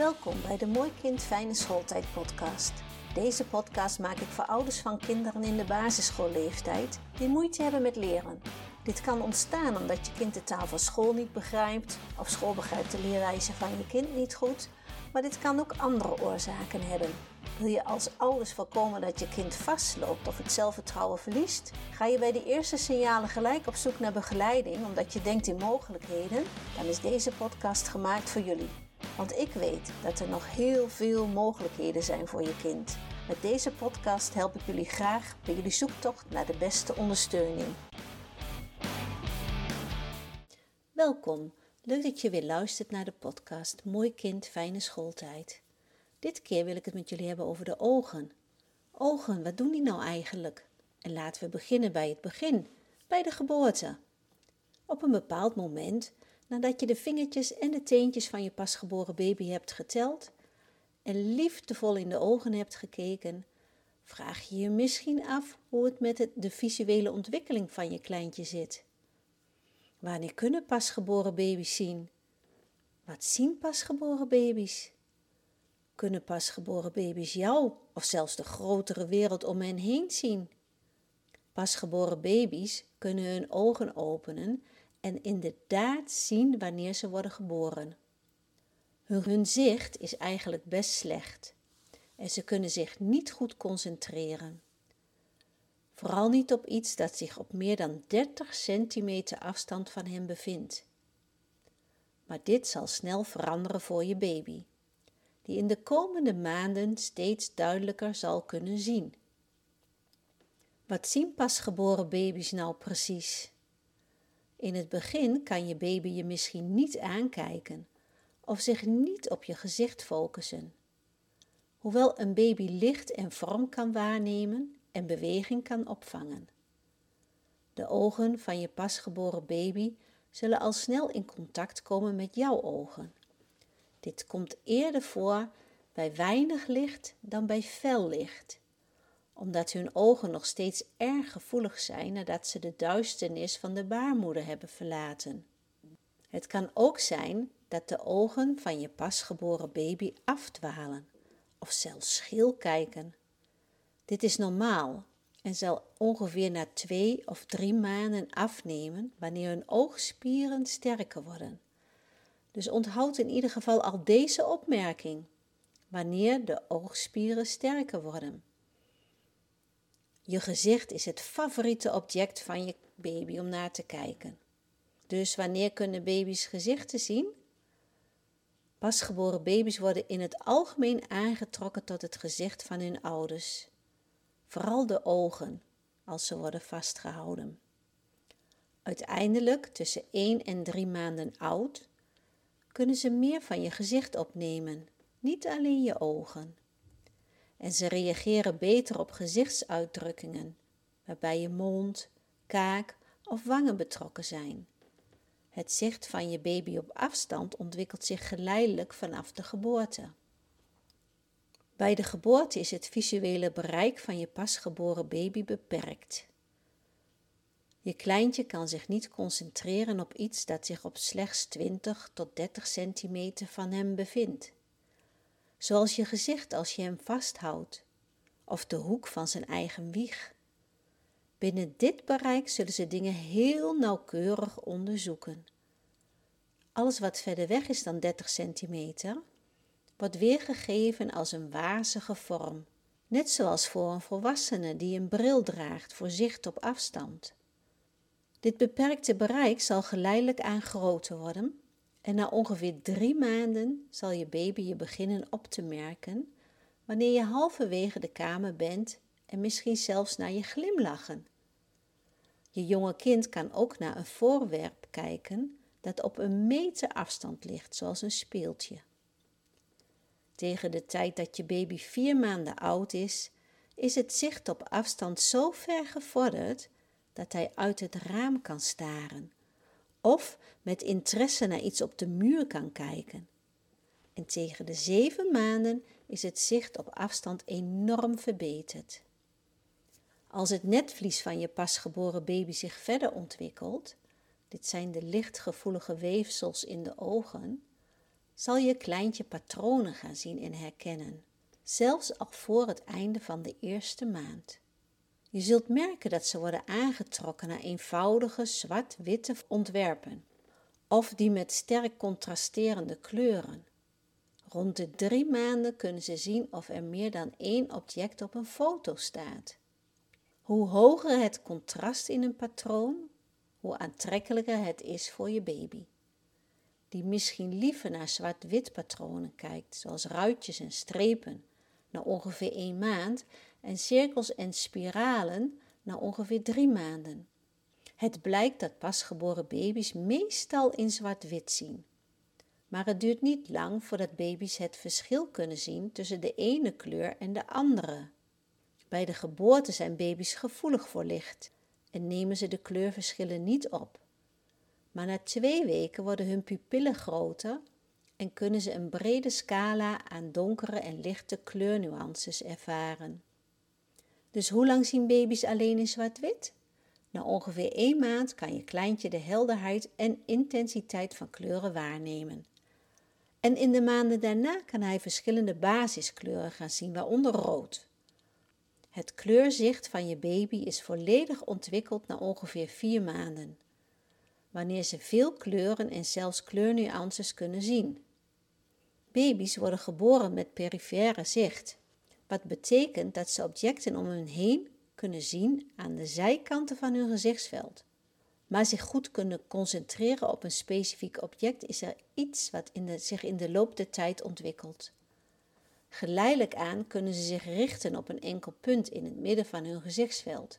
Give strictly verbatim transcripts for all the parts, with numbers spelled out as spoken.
Welkom bij de Mooi Kind Fijne Schooltijd podcast. Deze podcast maak ik voor ouders van kinderen in de basisschoolleeftijd die moeite hebben met leren. Dit kan ontstaan omdat je kind de taal van school niet begrijpt of school begrijpt de leerwijze van je kind niet goed, maar dit kan ook andere oorzaken hebben. Wil je als ouders voorkomen dat je kind vastloopt of het zelfvertrouwen verliest? Ga je bij de eerste signalen gelijk op zoek naar begeleiding omdat je denkt in mogelijkheden? Dan is deze podcast gemaakt voor jullie. Want ik weet dat er nog heel veel mogelijkheden zijn voor je kind. Met deze podcast help ik jullie graag bij jullie zoektocht naar de beste ondersteuning. Welkom, leuk dat je weer luistert naar de podcast Mooi Kind Fijne Schooltijd. Dit keer wil ik het met jullie hebben over de ogen. Ogen, wat doen die nou eigenlijk? En laten we beginnen bij het begin, bij de geboorte. Op een bepaald moment, nadat je de vingertjes en de teentjes van je pasgeboren baby hebt geteld en liefdevol in de ogen hebt gekeken, vraag je je misschien af hoe het met het, de visuele ontwikkeling van je kleintje zit. Wanneer kunnen pasgeboren baby's zien? Wat zien pasgeboren baby's? Kunnen pasgeboren baby's jou of zelfs de grotere wereld om hen heen zien? Pasgeboren baby's kunnen hun ogen openen en inderdaad zien wanneer ze worden geboren. Hun, hun zicht is eigenlijk best slecht en ze kunnen zich niet goed concentreren. Vooral niet op iets dat zich op meer dan dertig centimeter afstand van hen bevindt. Maar dit zal snel veranderen voor je baby, die in de komende maanden steeds duidelijker zal kunnen zien. Wat zien pasgeboren baby's nou precies? In het begin kan je baby je misschien niet aankijken of zich niet op je gezicht focussen. Hoewel een baby licht en vorm kan waarnemen en beweging kan opvangen. De ogen van je pasgeboren baby zullen al snel in contact komen met jouw ogen. Dit komt eerder voor bij weinig licht dan bij fel licht, omdat hun ogen nog steeds erg gevoelig zijn nadat ze de duisternis van de baarmoeder hebben verlaten. Het kan ook zijn dat de ogen van je pasgeboren baby afdwalen of zelfs scheel kijken. Dit is normaal en zal ongeveer na twee of drie maanden afnemen wanneer hun oogspieren sterker worden. Dus onthoud in ieder geval al deze opmerking, wanneer de oogspieren sterker worden. Je gezicht is het favoriete object van je baby om naar te kijken. Dus wanneer kunnen baby's gezichten zien? Pasgeboren baby's worden in het algemeen aangetrokken tot het gezicht van hun ouders. Vooral de ogen, als ze worden vastgehouden. Uiteindelijk, tussen één en drie maanden oud, kunnen ze meer van je gezicht opnemen, niet alleen je ogen. En ze reageren beter op gezichtsuitdrukkingen, waarbij je mond, kaak of wangen betrokken zijn. Het zicht van je baby op afstand ontwikkelt zich geleidelijk vanaf de geboorte. Bij de geboorte is het visuele bereik van je pasgeboren baby beperkt. Je kleintje kan zich niet concentreren op iets dat zich op slechts twintig tot dertig centimeter van hem bevindt. Zoals je gezicht als je hem vasthoudt, of de hoek van zijn eigen wieg. Binnen dit bereik zullen ze dingen heel nauwkeurig onderzoeken. Alles wat verder weg is dan dertig centimeter, wordt weergegeven als een wazige vorm, net zoals voor een volwassene die een bril draagt voor zicht op afstand. Dit beperkte bereik zal geleidelijk aan groter worden en na ongeveer drie maanden zal je baby je beginnen op te merken wanneer je halverwege de kamer bent en misschien zelfs naar je glimlachen. Je jonge kind kan ook naar een voorwerp kijken dat op een meter afstand ligt, zoals een speeltje. Tegen de tijd dat je baby vier maanden oud is, is het zicht op afstand zo ver gevorderd dat hij uit het raam kan staren of met interesse naar iets op de muur kan kijken. En tegen de zeven maanden is het zicht op afstand enorm verbeterd. Als het netvlies van je pasgeboren baby zich verder ontwikkelt, dit zijn de lichtgevoelige weefsels in de ogen, zal je kleintje patronen gaan zien en herkennen, zelfs al voor het einde van de eerste maand. Je zult merken dat ze worden aangetrokken naar eenvoudige zwart-witte ontwerpen, of die met sterk contrasterende kleuren. Rond de drie maanden kunnen ze zien of er meer dan één object op een foto staat. Hoe hoger het contrast in een patroon, hoe aantrekkelijker het is voor je baby, die misschien liever naar zwart-wit patronen kijkt, zoals ruitjes en strepen, na ongeveer één maand, en cirkels en spiralen na ongeveer drie maanden. Het blijkt dat pasgeboren baby's meestal in zwart-wit zien. Maar het duurt niet lang voordat baby's het verschil kunnen zien tussen de ene kleur en de andere. Bij de geboorte zijn baby's gevoelig voor licht en nemen ze de kleurverschillen niet op. Maar na twee weken worden hun pupillen groter en kunnen ze een brede scala aan donkere en lichte kleurnuances ervaren. Dus hoe lang zien baby's alleen in zwart-wit? Na ongeveer één maand kan je kleintje de helderheid en intensiteit van kleuren waarnemen. En in de maanden daarna kan hij verschillende basiskleuren gaan zien, waaronder rood. Het kleurzicht van je baby is volledig ontwikkeld na ongeveer vier maanden, wanneer ze veel kleuren en zelfs kleurnuances kunnen zien. Baby's worden geboren met perifere zicht, wat betekent dat ze objecten om hen heen kunnen zien aan de zijkanten van hun gezichtsveld. Maar zich goed kunnen concentreren op een specifiek object is er iets wat in de, zich in de loop der tijd ontwikkelt. Geleidelijk aan kunnen ze zich richten op een enkel punt in het midden van hun gezichtsveld.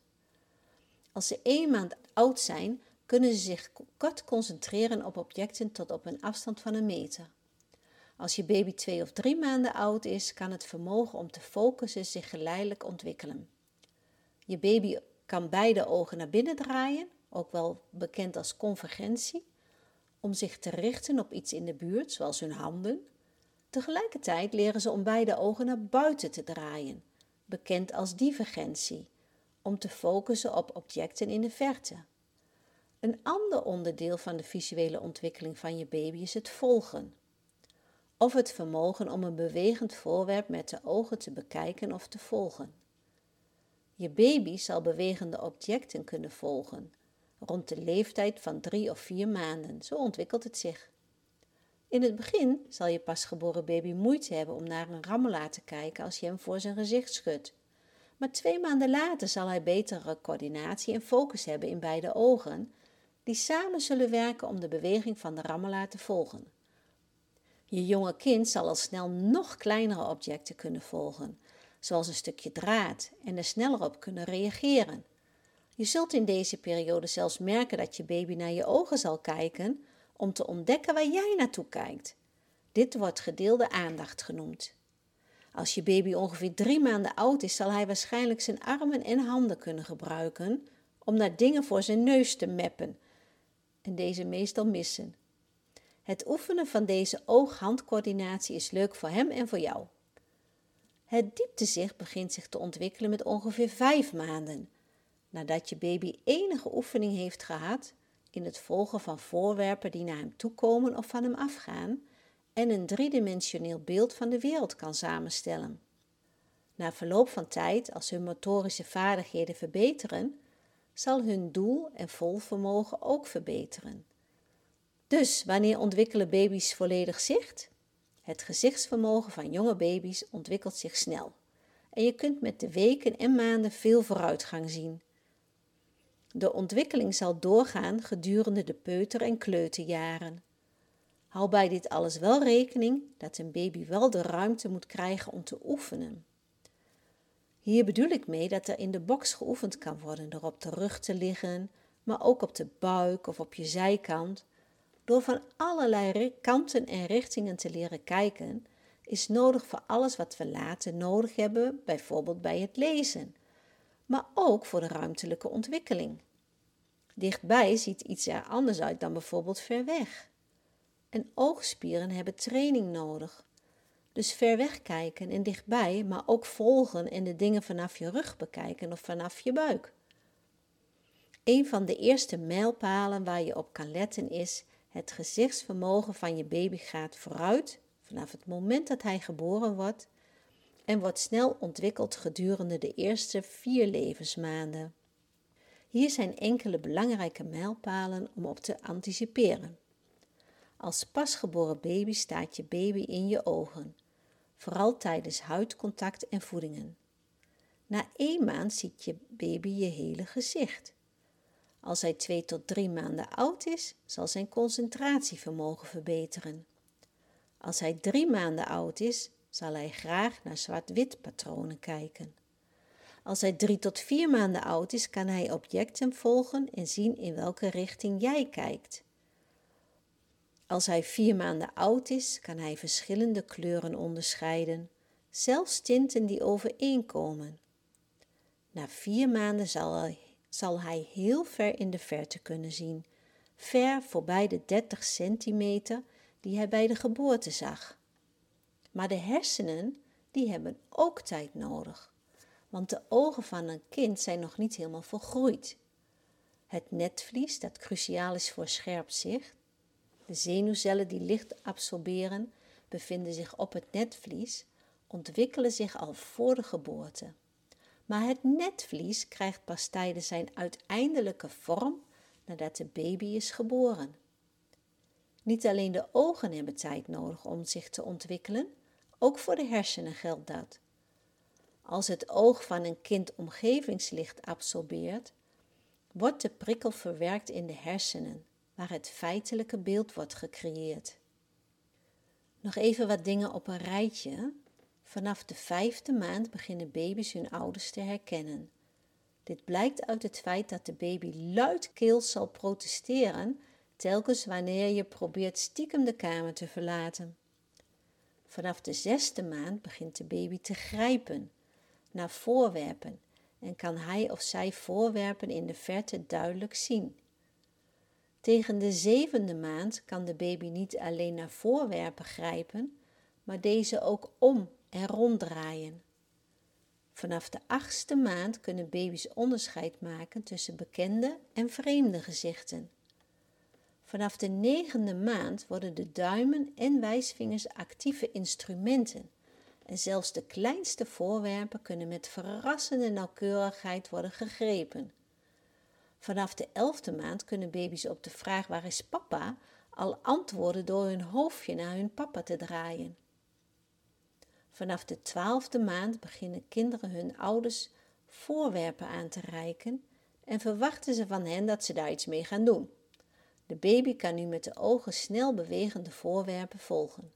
Als ze één maand oud zijn, kunnen ze zich kort concentreren op objecten tot op een afstand van een meter. Als je baby twee of drie maanden oud is, kan het vermogen om te focussen zich geleidelijk ontwikkelen. Je baby kan beide ogen naar binnen draaien, ook wel bekend als convergentie, om zich te richten op iets in de buurt, zoals hun handen. Tegelijkertijd leren ze om beide ogen naar buiten te draaien, bekend als divergentie, om te focussen op objecten in de verte. Een ander onderdeel van de visuele ontwikkeling van je baby is het volgen, of het vermogen om een bewegend voorwerp met de ogen te bekijken of te volgen. Je baby zal bewegende objecten kunnen volgen, rond de leeftijd van drie of vier maanden, zo ontwikkelt het zich. In het begin zal je pasgeboren baby moeite hebben om naar een rammelaar te kijken als je hem voor zijn gezicht schudt. Maar twee maanden later zal hij betere coördinatie en focus hebben in beide ogen, die samen zullen werken om de beweging van de rammelaar te volgen. Je jonge kind zal al snel nog kleinere objecten kunnen volgen, zoals een stukje draad, en er sneller op kunnen reageren. Je zult in deze periode zelfs merken dat je baby naar je ogen zal kijken om te ontdekken waar jij naartoe kijkt. Dit wordt gedeelde aandacht genoemd. Als je baby ongeveer drie maanden oud is, zal hij waarschijnlijk zijn armen en handen kunnen gebruiken om naar dingen voor zijn neus te meppen en deze meestal missen. Het oefenen van deze oog-handcoördinatie is leuk voor hem en voor jou. Het dieptezicht begint zich te ontwikkelen met ongeveer vijf maanden, nadat je baby enige oefening heeft gehad in het volgen van voorwerpen die naar hem toe komen of van hem afgaan en een driedimensioneel beeld van de wereld kan samenstellen. Na verloop van tijd, als hun motorische vaardigheden verbeteren, zal hun doel- en volvermogen ook verbeteren. Dus wanneer ontwikkelen baby's volledig zicht? Het gezichtsvermogen van jonge baby's ontwikkelt zich snel en je kunt met de weken en maanden veel vooruitgang zien. De ontwikkeling zal doorgaan gedurende de peuter- en kleuterjaren. Hou bij dit alles wel rekening dat een baby wel de ruimte moet krijgen om te oefenen. Hier bedoel ik mee dat er in de box geoefend kan worden door op de rug te liggen, maar ook op de buik of op je zijkant. Door van allerlei kanten en richtingen te leren kijken, is nodig voor alles wat we later nodig hebben, bijvoorbeeld bij het lezen, maar ook voor de ruimtelijke ontwikkeling. Dichtbij ziet iets er anders uit dan bijvoorbeeld ver weg. En oogspieren hebben training nodig. Dus ver weg kijken en dichtbij, maar ook volgen en de dingen vanaf je rug bekijken of vanaf je buik. Een van de eerste mijlpalen waar je op kan letten is: het gezichtsvermogen van je baby gaat vooruit vanaf het moment dat hij geboren wordt en wordt snel ontwikkeld gedurende de eerste vier levensmaanden. Hier zijn enkele belangrijke mijlpalen om op te anticiperen. Als pasgeboren baby staat je baby in je ogen, vooral tijdens huidcontact en voedingen. Na één maand ziet je baby je hele gezicht. Als hij twee tot drie maanden oud is, zal zijn concentratievermogen verbeteren. Als hij drie maanden oud is, zal hij graag naar zwart-wit patronen kijken. Als hij drie tot vier maanden oud is, kan hij objecten volgen en zien in welke richting jij kijkt. Als hij vier maanden oud is, kan hij verschillende kleuren onderscheiden, zelfs tinten die overeenkomen. Na vier maanden zal hij, zal hij heel ver in de verte kunnen zien, ver voorbij de dertig centimeter die hij bij de geboorte zag. Maar de hersenen, die hebben ook tijd nodig, want de ogen van een kind zijn nog niet helemaal volgroeid. Het netvlies, dat cruciaal is voor scherp zicht, de zenuwcellen die licht absorberen, bevinden zich op het netvlies, ontwikkelen zich al voor de geboorte. Maar het netvlies krijgt pas tijdens zijn uiteindelijke vorm nadat de baby is geboren. Niet alleen de ogen hebben tijd nodig om zich te ontwikkelen, ook voor de hersenen geldt dat. Als het oog van een kind omgevingslicht absorbeert, wordt de prikkel verwerkt in de hersenen, waar het feitelijke beeld wordt gecreëerd. Nog even wat dingen op een rijtje. Vanaf de vijfde maand beginnen baby's hun ouders te herkennen. Dit blijkt uit het feit dat de baby luidkeels zal protesteren telkens wanneer je probeert stiekem de kamer te verlaten. Vanaf de zesde maand begint de baby te grijpen naar voorwerpen en kan hij of zij voorwerpen in de verte duidelijk zien. Tegen de zevende maand kan de baby niet alleen naar voorwerpen grijpen, maar deze ook om en ronddraaien. Vanaf de achtste maand kunnen baby's onderscheid maken tussen bekende en vreemde gezichten. Vanaf de negende maand worden de duimen en wijsvingers actieve instrumenten en zelfs de kleinste voorwerpen kunnen met verrassende nauwkeurigheid worden gegrepen. Vanaf de elfde maand kunnen baby's op de vraag waar is papa al antwoorden door hun hoofdje naar hun papa te draaien. Vanaf de twaalfde maand beginnen kinderen hun ouders voorwerpen aan te reiken en verwachten ze van hen dat ze daar iets mee gaan doen. De baby kan nu met de ogen snel bewegende voorwerpen volgen.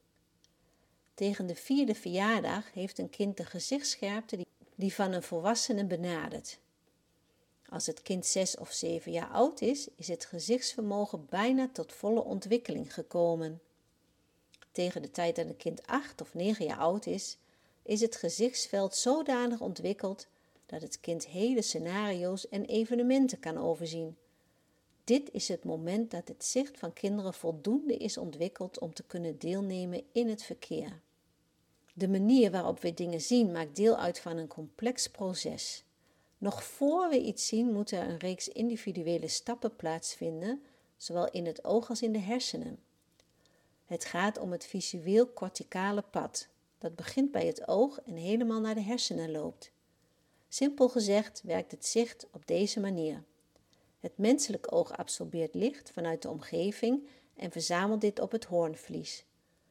Tegen de vierde verjaardag heeft een kind de gezichtsscherpte die van een volwassene benadert. Als het kind zes of zeven jaar oud is, is het gezichtsvermogen bijna tot volle ontwikkeling gekomen. Tegen de tijd dat een kind acht of negen jaar oud is, is het gezichtsveld zodanig ontwikkeld dat het kind hele scenario's en evenementen kan overzien. Dit is het moment dat het zicht van kinderen voldoende is ontwikkeld om te kunnen deelnemen in het verkeer. De manier waarop we dingen zien maakt deel uit van een complex proces. Nog voor we iets zien, moet er een reeks individuele stappen plaatsvinden, zowel in het oog als in de hersenen. Het gaat om het visueel-corticale pad, dat begint bij het oog en helemaal naar de hersenen loopt. Simpel gezegd werkt het zicht op deze manier. Het menselijk oog absorbeert licht vanuit de omgeving en verzamelt dit op het hoornvlies.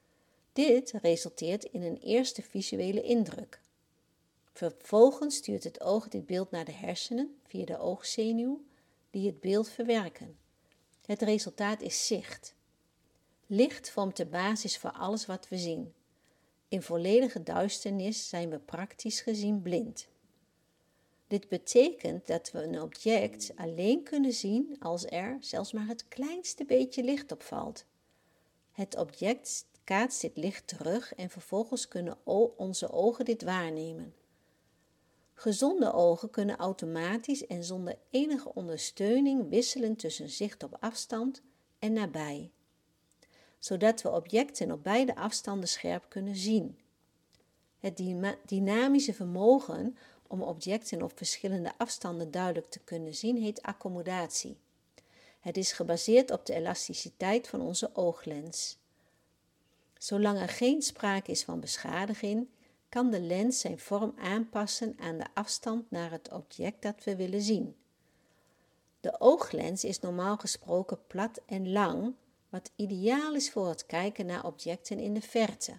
Dit resulteert in een eerste visuele indruk. Vervolgens stuurt het oog dit beeld naar de hersenen via de oogzenuw, die het beeld verwerken. Het resultaat is zicht. Licht vormt de basis voor alles wat we zien. In volledige duisternis zijn we praktisch gezien blind. Dit betekent dat we een object alleen kunnen zien als er zelfs maar het kleinste beetje licht op valt. Het object kaatst dit licht terug en vervolgens kunnen onze ogen dit waarnemen. Gezonde ogen kunnen automatisch en zonder enige ondersteuning wisselen tussen zicht op afstand en nabij, zodat we objecten op beide afstanden scherp kunnen zien. Het dynamische vermogen om objecten op verschillende afstanden duidelijk te kunnen zien heet accommodatie. Het is gebaseerd op de elasticiteit van onze ooglens. Zolang er geen sprake is van beschadiging, kan de lens zijn vorm aanpassen aan de afstand naar het object dat we willen zien. De ooglens is normaal gesproken plat en lang, wat ideaal is voor het kijken naar objecten in de verte.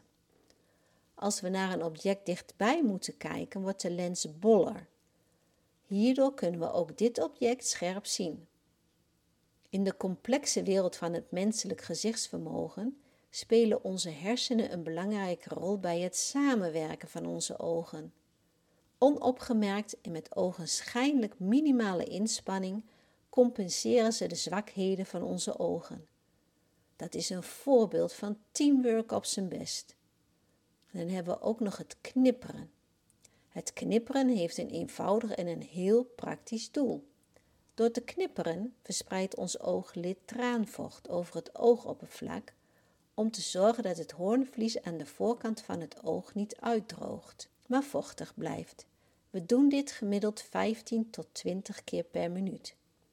Als we naar een object dichtbij moeten kijken, wordt de lens boller. Hierdoor kunnen we ook dit object scherp zien. In de complexe wereld van het menselijk gezichtsvermogen spelen onze hersenen een belangrijke rol bij het samenwerken van onze ogen. Onopgemerkt en met ogenschijnlijk minimale inspanning compenseren ze de zwakheden van onze ogen. Dat is een voorbeeld van teamwork op zijn best. En dan hebben we ook nog het knipperen. Het knipperen heeft een eenvoudig en een heel praktisch doel. Door te knipperen verspreidt ons ooglid traanvocht over het oogoppervlak om te zorgen dat het hoornvlies aan de voorkant van het oog niet uitdroogt, maar vochtig blijft. We doen dit gemiddeld vijftien tot twintig keer per minuut.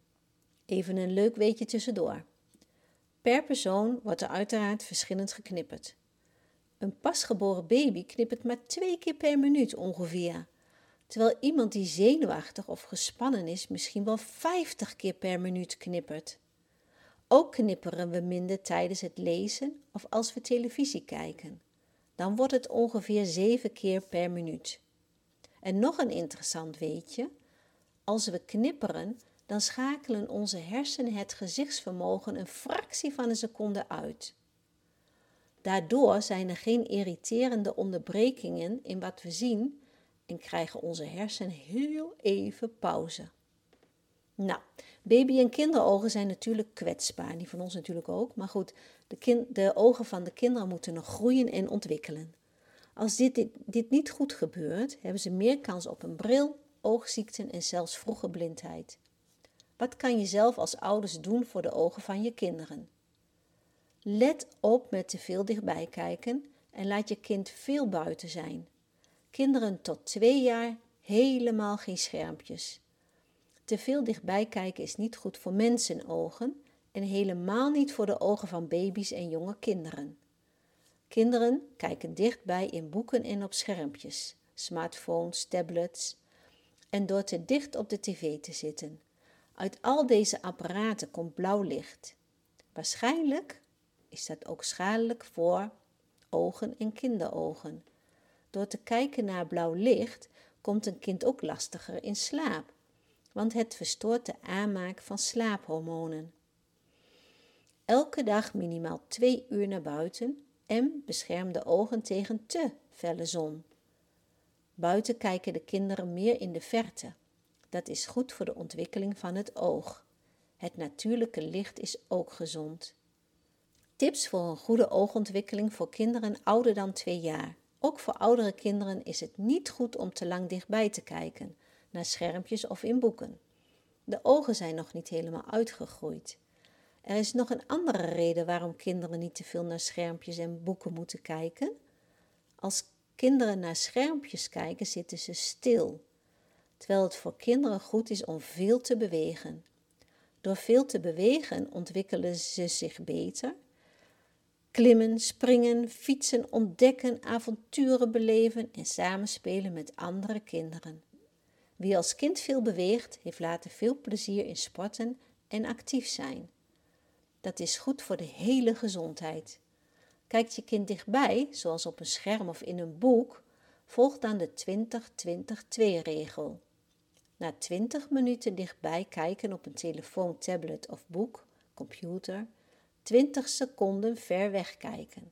Even een leuk weetje tussendoor. Per persoon wordt er uiteraard verschillend geknipperd. Een pasgeboren baby knippert maar twee keer per minuut ongeveer, terwijl iemand die zenuwachtig of gespannen is misschien wel vijftig keer per minuut knippert. Ook knipperen we minder tijdens het lezen of als we televisie kijken. Dan wordt het ongeveer zeven keer per minuut. En nog een interessant weetje. Als we knipperen, dan schakelen onze hersenen het gezichtsvermogen een fractie van een seconde uit. Daardoor zijn er geen irriterende onderbrekingen in wat we zien en krijgen onze hersenen heel even pauze. Nou, baby- en kinderogen zijn natuurlijk kwetsbaar, die van ons natuurlijk ook. Maar goed, de, kind, de ogen van de kinderen moeten nog groeien en ontwikkelen. Als dit, dit, dit niet goed gebeurt, hebben ze meer kans op een bril, oogziekten en zelfs vroege blindheid. Wat kan je zelf als ouders doen voor de ogen van je kinderen? Let op met te veel dichtbij kijken en laat je kind veel buiten zijn. Kinderen tot twee jaar helemaal geen schermpjes. Te veel dichtbij kijken is niet goed voor mensenogen en helemaal niet voor de ogen van baby's en jonge kinderen. Kinderen kijken dichtbij in boeken en op schermpjes, smartphones, tablets en door te dicht op de tv te zitten. Uit al deze apparaten komt blauw licht. Waarschijnlijk is dat ook schadelijk voor ogen en kinderogen. Door te kijken naar blauw licht komt een kind ook lastiger in slaap, want het verstoort de aanmaak van slaaphormonen. Elke dag minimaal twee uur naar buiten en bescherm de ogen tegen te felle zon. Buiten kijken de kinderen meer in de verte. Dat is goed voor de ontwikkeling van het oog. Het natuurlijke licht is ook gezond. Tips voor een goede oogontwikkeling voor kinderen ouder dan twee jaar. Ook voor oudere kinderen is het niet goed om te lang dichtbij te kijken, naar schermpjes of in boeken. De ogen zijn nog niet helemaal uitgegroeid. Er is nog een andere reden waarom kinderen niet te veel naar schermpjes en boeken moeten kijken. Als kinderen naar schermpjes kijken, zitten ze stil, terwijl het voor kinderen goed is om veel te bewegen. Door veel te bewegen ontwikkelen ze zich beter. Klimmen, springen, fietsen, ontdekken, avonturen beleven en samenspelen met andere kinderen. Wie als kind veel beweegt, heeft later veel plezier in sporten en actief zijn. Dat is goed voor de hele gezondheid. Kijkt je kind dichtbij, zoals op een scherm of in een boek, volg dan de twintig twintig twee regel. Na twintig minuten dichtbij kijken op een telefoon, tablet of boek, computer, twintig seconden ver weg kijken.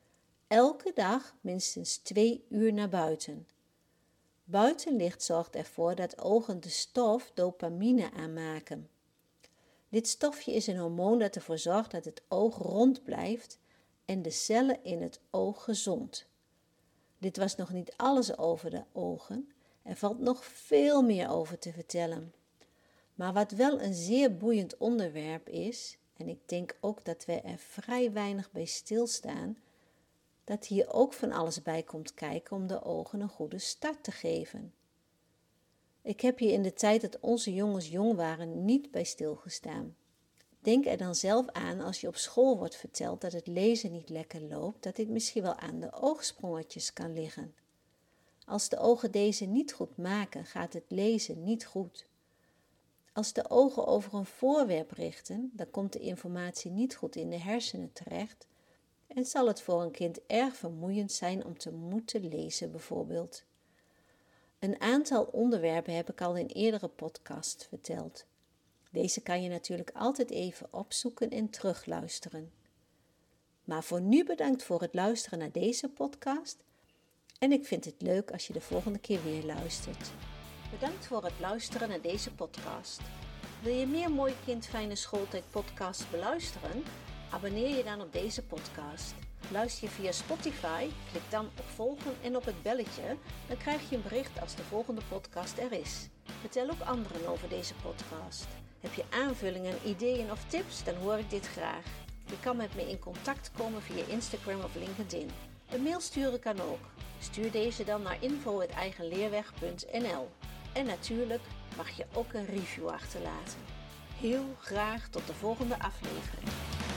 Elke dag minstens twee uur naar buiten. Buitenlicht zorgt ervoor dat ogen de stof dopamine aanmaken. Dit stofje is een hormoon dat ervoor zorgt dat het oog rond blijft en de cellen in het oog gezond. Dit was nog niet alles over de ogen. Er valt nog veel meer over te vertellen. Maar wat wel een zeer boeiend onderwerp is, en ik denk ook dat wij er vrij weinig bij stilstaan, dat hier ook van alles bij komt kijken om de ogen een goede start te geven. Ik heb hier in de tijd dat onze jongens jong waren niet bij stilgestaan. Denk er dan zelf aan als je op school wordt verteld dat het lezen niet lekker loopt, dat dit misschien wel aan de oogsprongetjes kan liggen. Als de ogen deze niet goed maken, gaat het lezen niet goed. Als de ogen over een voorwerp richten, dan komt de informatie niet goed in de hersenen terecht en zal het voor een kind erg vermoeiend zijn om te moeten lezen bijvoorbeeld. Een aantal onderwerpen heb ik al in eerdere podcasts verteld. Deze kan je natuurlijk altijd even opzoeken en terugluisteren. Maar voor nu bedankt voor het luisteren naar deze podcast en ik vind het leuk als je de volgende keer weer luistert. Bedankt voor het luisteren naar deze podcast. Wil je meer Mooi Kind Fijne Schooltijd podcasts beluisteren? Abonneer je dan op deze podcast. Luister je via Spotify, klik dan op volgen en op het belletje, dan krijg je een bericht als de volgende podcast er is. Vertel ook anderen over deze podcast. Heb je aanvullingen, ideeën of tips, dan hoor ik dit graag. Je kan met me in contact komen via Instagram of LinkedIn. Een mail sturen kan ook. Stuur deze dan naar info at eigenleerweg punt n l. En natuurlijk mag je ook een review achterlaten. Heel graag tot de volgende aflevering.